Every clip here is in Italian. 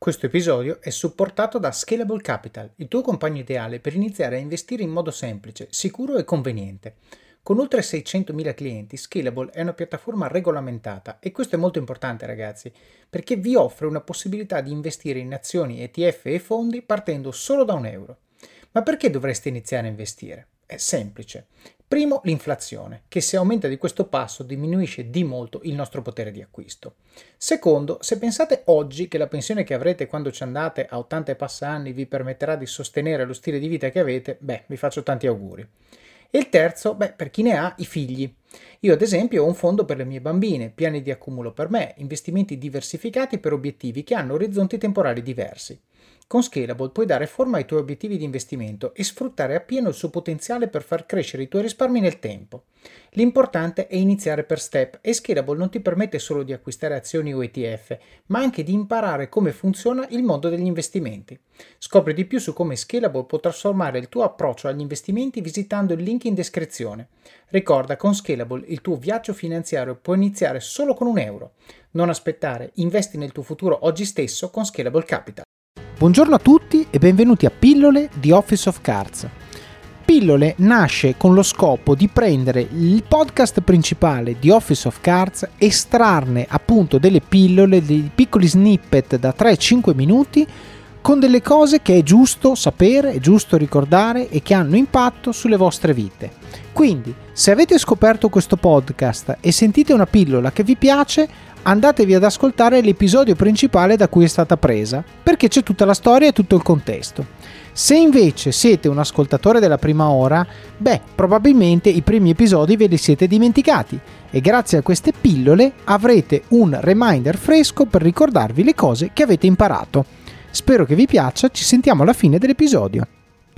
Questo episodio è supportato da Scalable Capital, il tuo compagno ideale per iniziare a investire in modo semplice, sicuro e conveniente. Con oltre 600.000 clienti, Scalable è una piattaforma regolamentata e questo è molto importante, ragazzi, perché vi offre una possibilità di investire in azioni, ETF e fondi partendo solo da €1. Ma perché dovreste iniziare a investire? È semplice. Primo, l'inflazione, che se aumenta di questo passo diminuisce di molto il nostro potere di acquisto. Secondo, se pensate oggi che la pensione che avrete quando ci andate a 80 e passa anni vi permetterà di sostenere lo stile di vita che avete, vi faccio tanti auguri. E il terzo, per chi ne ha, i figli. Io ad esempio ho un fondo per le mie bambine, piani di accumulo per me, investimenti diversificati per obiettivi che hanno orizzonti temporali diversi. Con Scalable puoi dare forma ai tuoi obiettivi di investimento e sfruttare appieno il suo potenziale per far crescere i tuoi risparmi nel tempo. L'importante è iniziare per step e Scalable non ti permette solo di acquistare azioni o ETF, ma anche di imparare come funziona il mondo degli investimenti. Scopri di più su come Scalable può trasformare il tuo approccio agli investimenti visitando il link in descrizione. Ricorda, con Scalable il tuo viaggio finanziario può iniziare solo con €1. Non aspettare, investi nel tuo futuro oggi stesso con Scalable Capital. Buongiorno a tutti e benvenuti a Pillole di Office of Cards. Pillole nasce con lo scopo di prendere il podcast principale di Office of Cards, estrarne appunto delle pillole, dei piccoli snippet da 3-5 minuti con delle cose che è giusto sapere, è giusto ricordare e che hanno impatto sulle vostre vite. Quindi, se avete scoperto questo podcast e sentite una pillola che vi piace, andatevi ad ascoltare l'episodio principale da cui è stata presa, perché c'è tutta la storia e tutto il contesto. Se invece siete un ascoltatore della prima ora, probabilmente i primi episodi ve li siete dimenticati e grazie a queste pillole avrete un reminder fresco per ricordarvi le cose che avete imparato. Spero che vi piaccia, ci sentiamo alla fine dell'episodio.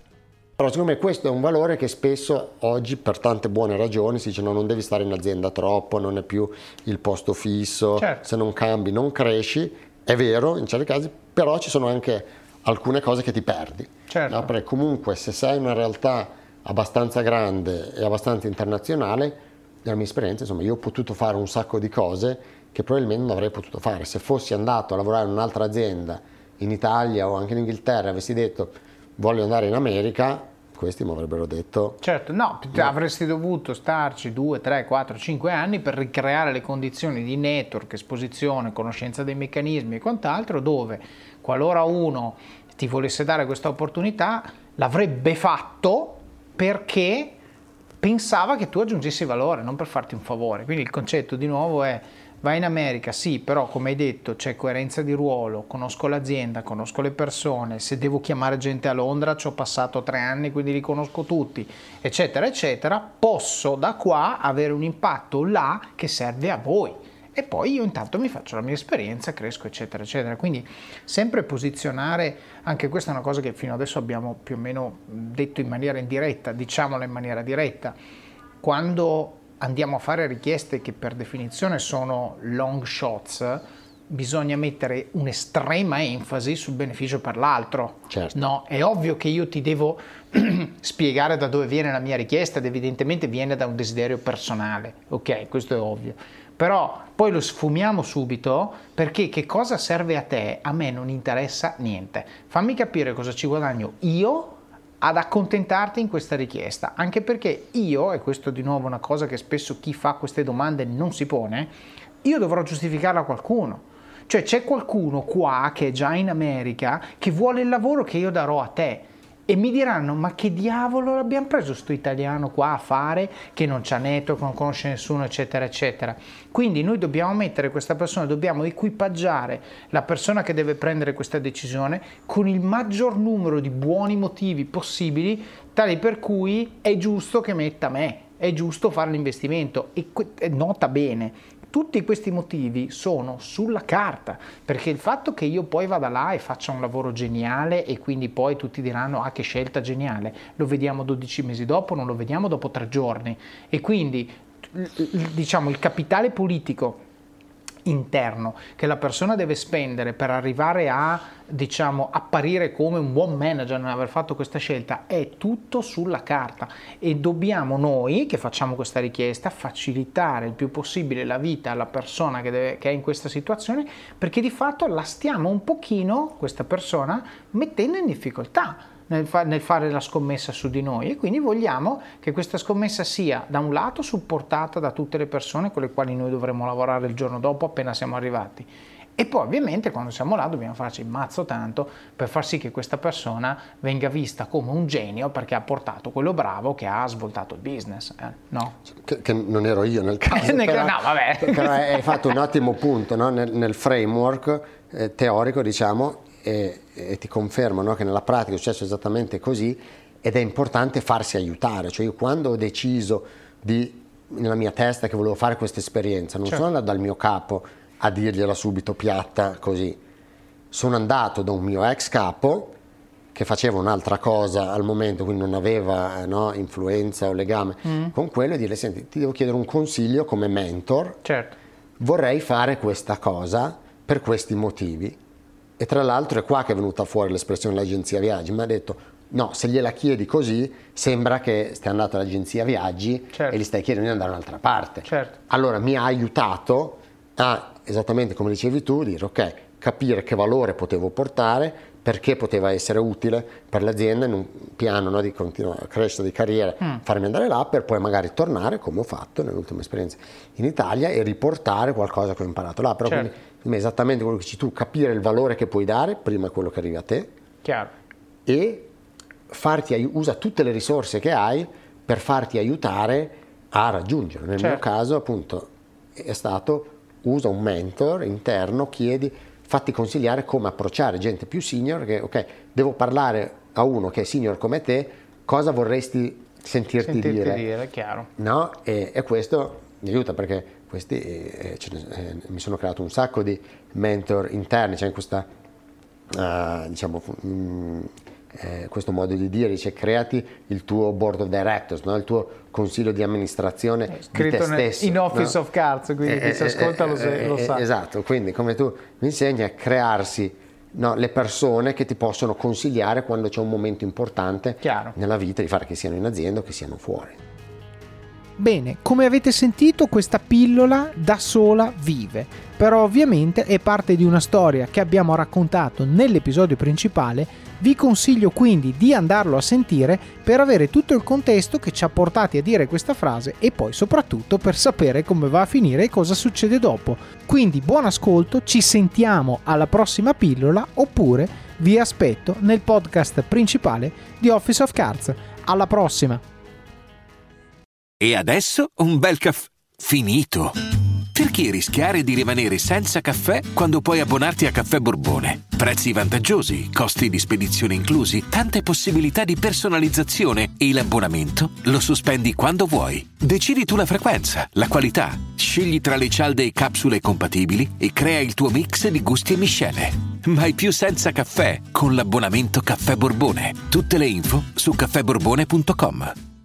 Però secondo me questo è un valore che spesso oggi per tante buone ragioni si dice no, non devi stare in azienda troppo, non è più il posto fisso, certo. Se non cambi non cresci, è vero in certi casi, però ci sono anche alcune cose che ti perdi, certo. No? Perché comunque se sei una realtà abbastanza grande e abbastanza internazionale, nella mia esperienza insomma io ho potuto fare un sacco di cose che probabilmente non avrei potuto fare se fossi andato a lavorare in un'altra azienda in Italia o anche in Inghilterra e avessi detto voglio andare in America, questi mi avrebbero detto certo, no, avresti dovuto starci 2, 3, 4, 5 anni per ricreare le condizioni di network, esposizione, conoscenza dei meccanismi e quant'altro, dove qualora uno ti volesse dare questa opportunità l'avrebbe fatto perché pensava che tu aggiungessi valore, non per farti un favore. Quindi il concetto di nuovo è: vai in America, sì, però come hai detto c'è coerenza di ruolo, conosco l'azienda, conosco le persone, se devo chiamare gente a Londra ci ho passato 3 anni, quindi li conosco tutti, eccetera, eccetera, posso da qua avere un impatto là che serve a voi. E poi io intanto mi faccio la mia esperienza, cresco, eccetera, eccetera. Quindi sempre posizionare, anche questa è una cosa che fino adesso abbiamo più o meno detto in maniera indiretta, diciamola in maniera diretta, quando andiamo a fare richieste che per definizione sono long shots, bisogna mettere un'estrema enfasi sul beneficio per l'altro. Certo. No, è ovvio che io ti devo spiegare da dove viene la mia richiesta ed evidentemente viene da un desiderio personale, ok, questo è ovvio, però poi lo sfumiamo subito perché che cosa serve a te? A me non interessa niente, fammi capire cosa ci guadagno io ad accontentarti in questa richiesta, anche perché io, e questo di nuovo è una cosa che spesso chi fa queste domande non si pone, io dovrò giustificarla a qualcuno, cioè c'è qualcuno qua che è già in America che vuole il lavoro che io darò a te e mi diranno ma che diavolo l'abbiamo preso sto italiano qua a fare che non c'ha network, non conosce nessuno, eccetera eccetera. Quindi noi dobbiamo mettere questa persona, dobbiamo equipaggiare la persona che deve prendere questa decisione con il maggior numero di buoni motivi possibili, tali per cui è giusto che metta me, è giusto fare l'investimento e nota bene. Tutti questi motivi sono sulla carta, perché il fatto che io poi vada là e faccia un lavoro geniale e quindi poi tutti diranno che scelta geniale, lo vediamo 12 mesi dopo, non lo vediamo dopo 3 giorni e quindi diciamo il capitale politico, interno che la persona deve spendere per arrivare a, diciamo, apparire come un buon manager nell'aver fatto questa scelta, è tutto sulla carta, e dobbiamo noi che facciamo questa richiesta facilitare il più possibile la vita alla persona che è in questa situazione, perché di fatto la stiamo un pochino, questa persona, mettendo in difficoltà nel fare la scommessa su di noi, e quindi vogliamo che questa scommessa sia da un lato supportata da tutte le persone con le quali noi dovremo lavorare il giorno dopo appena siamo arrivati, e poi ovviamente quando siamo là dobbiamo farci il mazzo tanto per far sì che questa persona venga vista come un genio perché ha portato quello bravo che ha svoltato il business, no? Che non ero io nel caso, però, no, vabbè. Però hai fatto un ottimo punto, no? nel framework teorico, diciamo, e ti confermo, no, che nella pratica è successo esattamente così, ed è importante farsi aiutare. Cioè io quando ho deciso nella mia testa che volevo fare questa esperienza, non sono andato dal mio capo a dirgliela subito piatta così, sono andato da un mio ex capo che faceva un'altra cosa al momento, quindi non aveva influenza o legame con quello, e dirle: senti, ti devo chiedere un consiglio come mentor, vorrei fare questa cosa per questi motivi. E tra l'altro è qua che è venuta fuori l'espressione l'agenzia viaggi. Mi ha detto: no, se gliela chiedi così sembra che stai andando all'agenzia viaggi e gli stai chiedendo di andare da un'altra parte. Allora mi ha aiutato a, esattamente come dicevi tu, dire ok, capire che valore potevo portare, perché poteva essere utile per l'azienda in un piano di continua crescita di carriera, farmi andare là per poi magari tornare, come ho fatto nell'ultima esperienza in Italia, e riportare qualcosa che ho imparato là. Però quindi è esattamente quello che dici tu, capire il valore che puoi dare, prima quello che arrivi a te, e usa tutte le risorse che hai per farti aiutare a raggiungere. Nel mio caso appunto è stato: usa un mentor interno, fatti consigliare come approcciare gente più senior, che ok, devo parlare a uno che è senior come te, cosa vorresti sentirti dire, chiaro. No? E questo mi aiuta, perché mi sono creato un sacco di mentor interni, c'è in questa questo modo di dire, dice: creati il tuo board of directors, no? Il tuo consiglio di amministrazione di te stesso, in Office of Cards, quindi chi si ascolta lo sa. Esatto, quindi come tu mi insegni a crearsi le persone che ti possono consigliare quando c'è un momento importante nella vita, di fare, che siano in azienda o che siano fuori. Bene, come avete sentito, questa pillola da sola vive, però ovviamente è parte di una storia che abbiamo raccontato nell'episodio principale. Vi consiglio quindi di andarlo a sentire per avere tutto il contesto che ci ha portati a dire questa frase, e poi soprattutto per sapere come va a finire e cosa succede dopo. Quindi buon ascolto, ci sentiamo alla prossima pillola, oppure vi aspetto nel podcast principale di Office of Cards. Alla prossima! E adesso un bel caffè finito. Perché rischiare di rimanere senza caffè quando puoi abbonarti a Caffè Borbone? Prezzi vantaggiosi, costi di spedizione inclusi, tante possibilità di personalizzazione, e l'abbonamento lo sospendi quando vuoi. Decidi tu la frequenza, la qualità, scegli tra le cialde e capsule compatibili e crea il tuo mix di gusti e miscele. Mai più senza caffè con l'abbonamento Caffè Borbone. Tutte le info su caffèborbone.com.